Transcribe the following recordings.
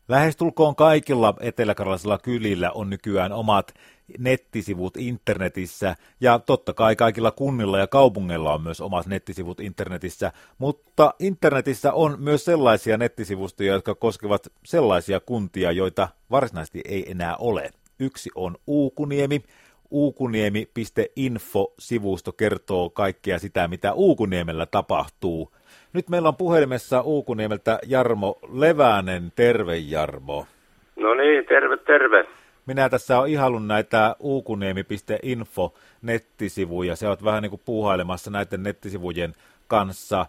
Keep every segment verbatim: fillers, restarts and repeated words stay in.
Lähestulkoon kaikilla eteläkarjalaisilla kylillä on nykyään omat nettisivut internetissä, ja totta kai kaikilla kunnilla ja kaupungeilla on myös omat nettisivut internetissä, mutta internetissä on myös sellaisia nettisivustoja, jotka koskevat sellaisia kuntia, joita varsinaisesti ei enää ole. Yksi on Uukuniemi. Uukuniemi piste info-sivusto kertoo kaikkea sitä, mitä Uukuniemellä tapahtuu. Nyt meillä on puhelimessa Uukuniemeltä Jarmo Levänen. Terve, Jarmo. No niin, terve, terve. Minä tässä olen ihaillut näitä uukuniemi piste info nettisivuja. Sä oot vähän niin kuin puuhailemassa näiden nettisivujen kanssa.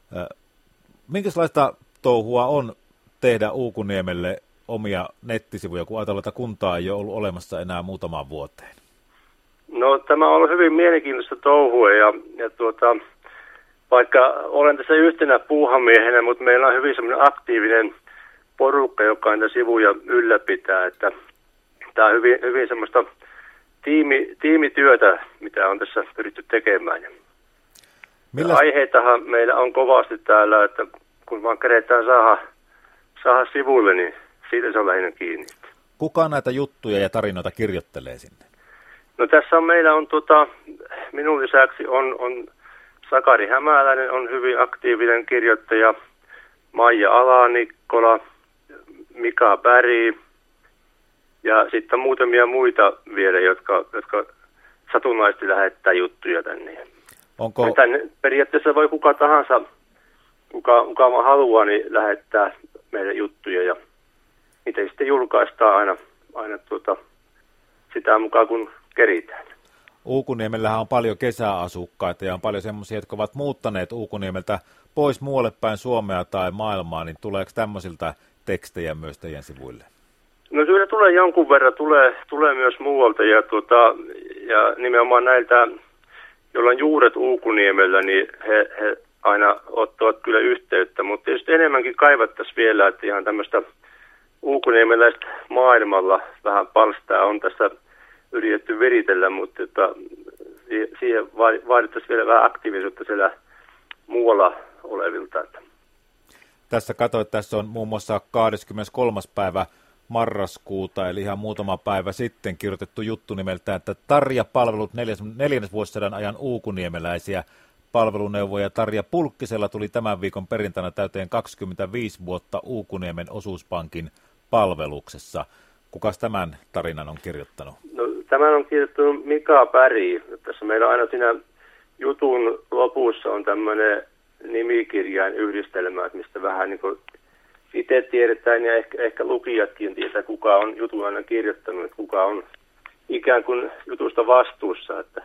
Minkälaista touhua on tehdä Uukuniemelle omia nettisivuja, kun ajatellaan, että kuntaa ei ole ollut olemassa enää muutamaan vuoteen? No tämä on ollut hyvin mielenkiintoista touhua ja, ja tuota, vaikka olen tässä yhtenä puuhamiehenä, mutta meillä on hyvin semmoinen aktiivinen porukka, joka näitä sivuja ylläpitää, että tämä on hyvin, hyvin semmoista tiimi, tiimityötä, mitä on tässä pyritty tekemään. Millä... Aiheitahan meillä on kovasti täällä, että kun vaan keretään saada, saada sivuille, niin siitä se on lähinnä kiinni. Kuka näitä juttuja ja tarinoita kirjoittelee sinne? No tässä on, meillä on, tota, minun lisäksi on, on Sakari Hämäläinen, on hyvin aktiivinen kirjoittaja, Maija Alanikkola, Mika Päri ja sitten muutamia muita vielä, jotka, jotka satunnaisesti lähettää juttuja tänne. Onko... Tänne periaatteessa voi kuka tahansa, kuka, kuka haluaa, niin lähettää meille juttuja ja niitä sitten julkaistaan aina, aina tuota, sitä mukaan kun keritään. Uukuniemellähän on paljon kesäasukkaita ja on paljon semmoisia, jotka ovat muuttaneet Uukuniemeltä pois muualle päin Suomea tai maailmaa, niin tuleeko tämmöisiltä tekstejä myös teidän sivuille? No kyllä tulee jonkun verran, tulee, tulee myös muualta ja, tuota, ja nimenomaan näiltä, joilla on juuret Uukuniemellä, niin he, he aina ottavat kyllä yhteyttä, mutta tietysti enemmänkin kaivattaisiin vielä, että ihan tämmöistä uukuniemeläistä maailmalla vähän palstaa on tässä yritetty viritellä, mutta että siihen vaadittaisiin vielä vähän aktiivisuutta siellä muualla olevilta. Tässä katsoin, että tässä on muun muassa kahdeskymmeneskolmas päivä marraskuuta, eli ihan muutama päivä sitten kirjoitettu juttu nimeltä, että Tarja palvelut neljännesvuosisadan ajan uukuniemeläisiä palveluneuvoja. Tarja Pulkkisella tuli tämän viikon perjantaina täyteen kaksikymmentäviisi vuotta Uukuniemen osuuspankin palveluksessa. Kukas tämän tarinan on kirjoittanut? No, tämän on kirjoittanut Mika Päri. Tässä meillä on aina siinä jutun lopussa on tämmöinen nimikirjain yhdistelmä, mistä vähän niin kuin itse tiedetään ja ehkä, ehkä lukijatkin tietää, kuka on jutun aina kirjoittanut, että kuka on ikään kuin jutusta vastuussa. Että...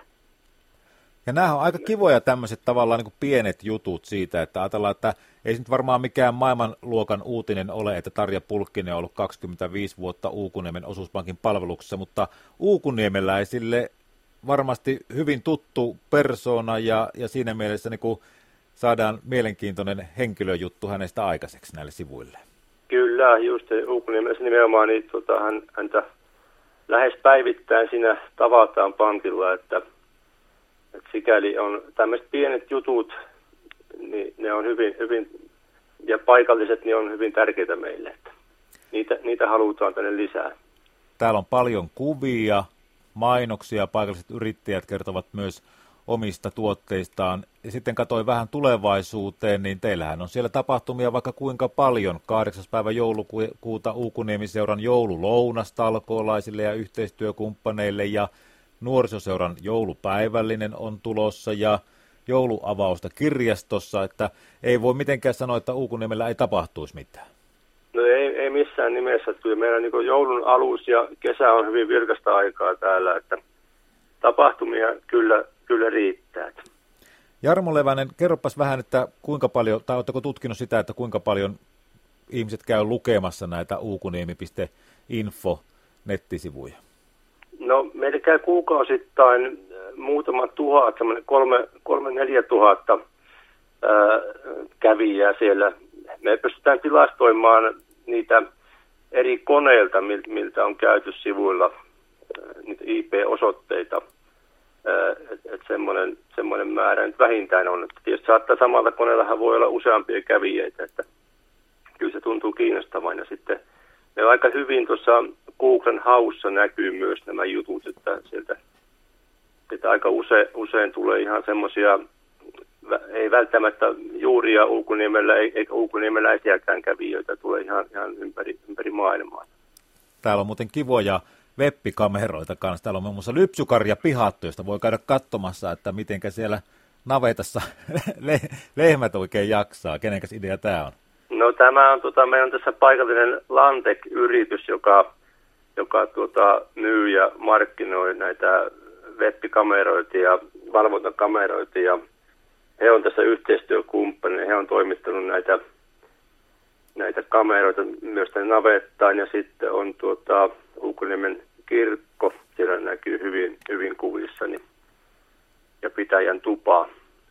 Ja nämä on aika kivoja tämmöiset tavallaan niin kuin pienet jutut siitä, että ajatellaan, että ei se nyt varmaan mikään maailmanluokan uutinen ole, että Tarja Pulkkinen on ollut kaksikymmentäviisi vuotta Uukuniemen osuuspankin palveluksessa, mutta uukuniemeläisille varmasti hyvin tuttu persoona ja, ja siinä mielessä niin kuin saadaan mielenkiintoinen henkilöjuttu hänestä aikaiseksi näille sivuille. Kyllä, just Uukuniemessä nimenomaan, niin tota, hän, häntä lähes päivittäin siinä tavataan pankilla, että, että sikäli on tämmöiset pienet jutut, niin ne on hyvin, hyvin, ja paikalliset, niin on hyvin tärkeitä meille, että niitä, niitä halutaan tänne lisää. Täällä on paljon kuvia, mainoksia, paikalliset yrittäjät kertovat myös omista tuotteistaan. Ja sitten katsoin vähän tulevaisuuteen, niin teillähän on siellä tapahtumia vaikka kuinka paljon. kahdeksas päivä joulukuuta Uukuniemi-seuran joululounas talkoolaisille ja yhteistyökumppaneille ja nuorisoseuran joulupäivällinen on tulossa ja jouluavausta kirjastossa, että ei voi mitenkään sanoa, että Uukuniemellä ei tapahtuisi mitään. No ei, ei missään nimessä, että kyllä meillä niin joulun alus ja kesä on hyvin virkasta aikaa täällä, että tapahtumia kyllä, kyllä riittää. Jarmo Levänen, kerropas vähän, että kuinka paljon, tai oletteko tutkinut sitä, että kuinka paljon ihmiset käy lukemassa näitä uukuniemi piste info nettisivuja? No meillä käy kuukausittain muutama tuhat, semmoinen kolme, kolme neljä tuhatta ää, kävijää siellä. Me pystytään tilastoimaan niitä eri koneilta, miltä on käyty sivuilla, niitä I P-osoitteita. Että et semmoinen, semmoinen määrä nyt vähintään on. Että tietysti saattaa samalla koneellahan voi olla useampia kävijöitä, että kyllä se tuntuu kiinnostavan ja sitten Ja aika hyvin tuossa Googlen haussa näkyy myös nämä jutut, että sieltä että aika use, usein tulee ihan semmoisia, ei välttämättä juuria Ulkoniemellä, eikä ulkoniemeläisiäkään kävijöitä, tulee ihan, ihan ympäri, ympäri maailmaa. Täällä on muuten kivoja web-kameroita kanssa. Täällä on muun muassa lypsykarja pihattu, josta voi käydä katsomassa, että mitenkä siellä navetassa le- lehmät oikein jaksaa. Kenenkäs idea tämä on? No tämä on, tota, meillä on tässä paikallinen Lantec-yritys, joka, joka tota, myy ja markkinoi näitä web-kameroita ja valvontakameroita. Ja he on tässä yhteistyökumppani. He on toimittanut näitä, näitä kameroita myös tänne navettaan. Ja sitten on tuota, Ulkoniemen kirkko, siellä näkyy hyvin, hyvin kuvissani. Ja pitäjän tupa.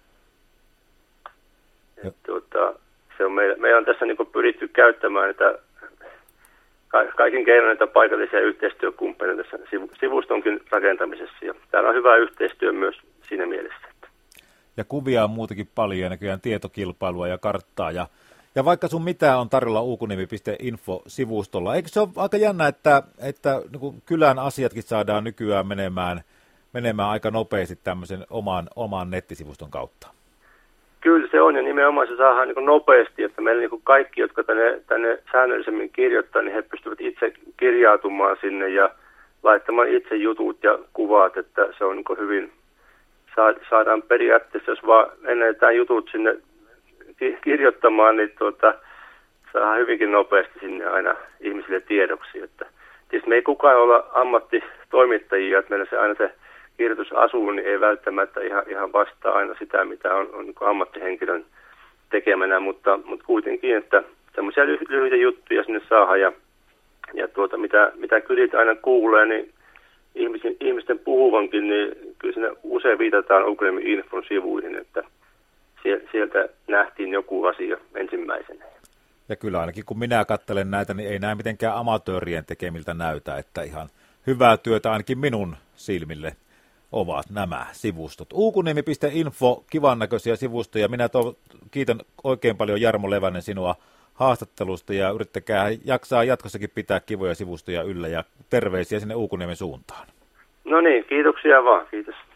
Ja, tuota, se on meillä, meillä on tässä niin kuin pyritty käyttämään näitä kaikin keinoin näitä paikallisia yhteistyökumppaneita tässä sivustonkin rakentamisessa. Ja täällä on hyvä yhteistyö myös siinä mielessä. Ja kuvia on muutakin paljon, ja näköjään tietokilpailua ja karttaa. Ja, ja vaikka sun mitään on tarjolla ulkoniemi piste info-sivustolla, eikö se ole aika jännä, että, että niin kylän asiatkin saadaan nykyään menemään, menemään aika nopeasti tämmöisen oman, oman nettisivuston kautta? Kyllä se on, ja nimenomaan se saadaan niin nopeasti, että meillä niin kaikki, jotka tänne, tänne säännöllisemmin kirjoittaa, niin he pystyvät itse kirjautumaan sinne ja laittamaan itse jutut ja kuvat, että se on niin hyvin, saadaan periaatteessa, jos vaan ennetään jutut sinne kirjoittamaan, niin tuota, saadaan hyvinkin nopeasti sinne aina ihmisille tiedoksi. Että tietysti me ei kukaan olla ammattitoimittajia, että meillä se aina se kirjoitus asuu, niin ei välttämättä ihan, ihan vastaa aina sitä, mitä on, on niin ammattihenkilön tekemänä, mutta, mutta kuitenkin, että semmoisia lyhyitä juttuja sinne saadaan ja, ja tuota, mitä, mitä kyliltä aina kuulee, niin ihmisten, ihmisten puhuvankin, niin kyllä sinne usein viitataan Ulkoniemen infon sivuihin, että sieltä nähtiin joku asia ensimmäisenä. Ja kyllä ainakin kun minä katselen näitä, niin ei näe mitenkään amatöörien tekemiltä näytä, että ihan hyvää työtä ainakin minun silmille ovat nämä sivustot. ulkoniemi piste info, kivan näköisiä sivustoja. Minä to, kiitän oikein paljon Jarmo Levänen sinua haastattelusta ja yrittäkää jaksaa jatkossakin pitää kivoja sivustoja yllä ja terveisiä sinne Ulkoniemen suuntaan. No niin, kiitoksia vaan. Kiitos.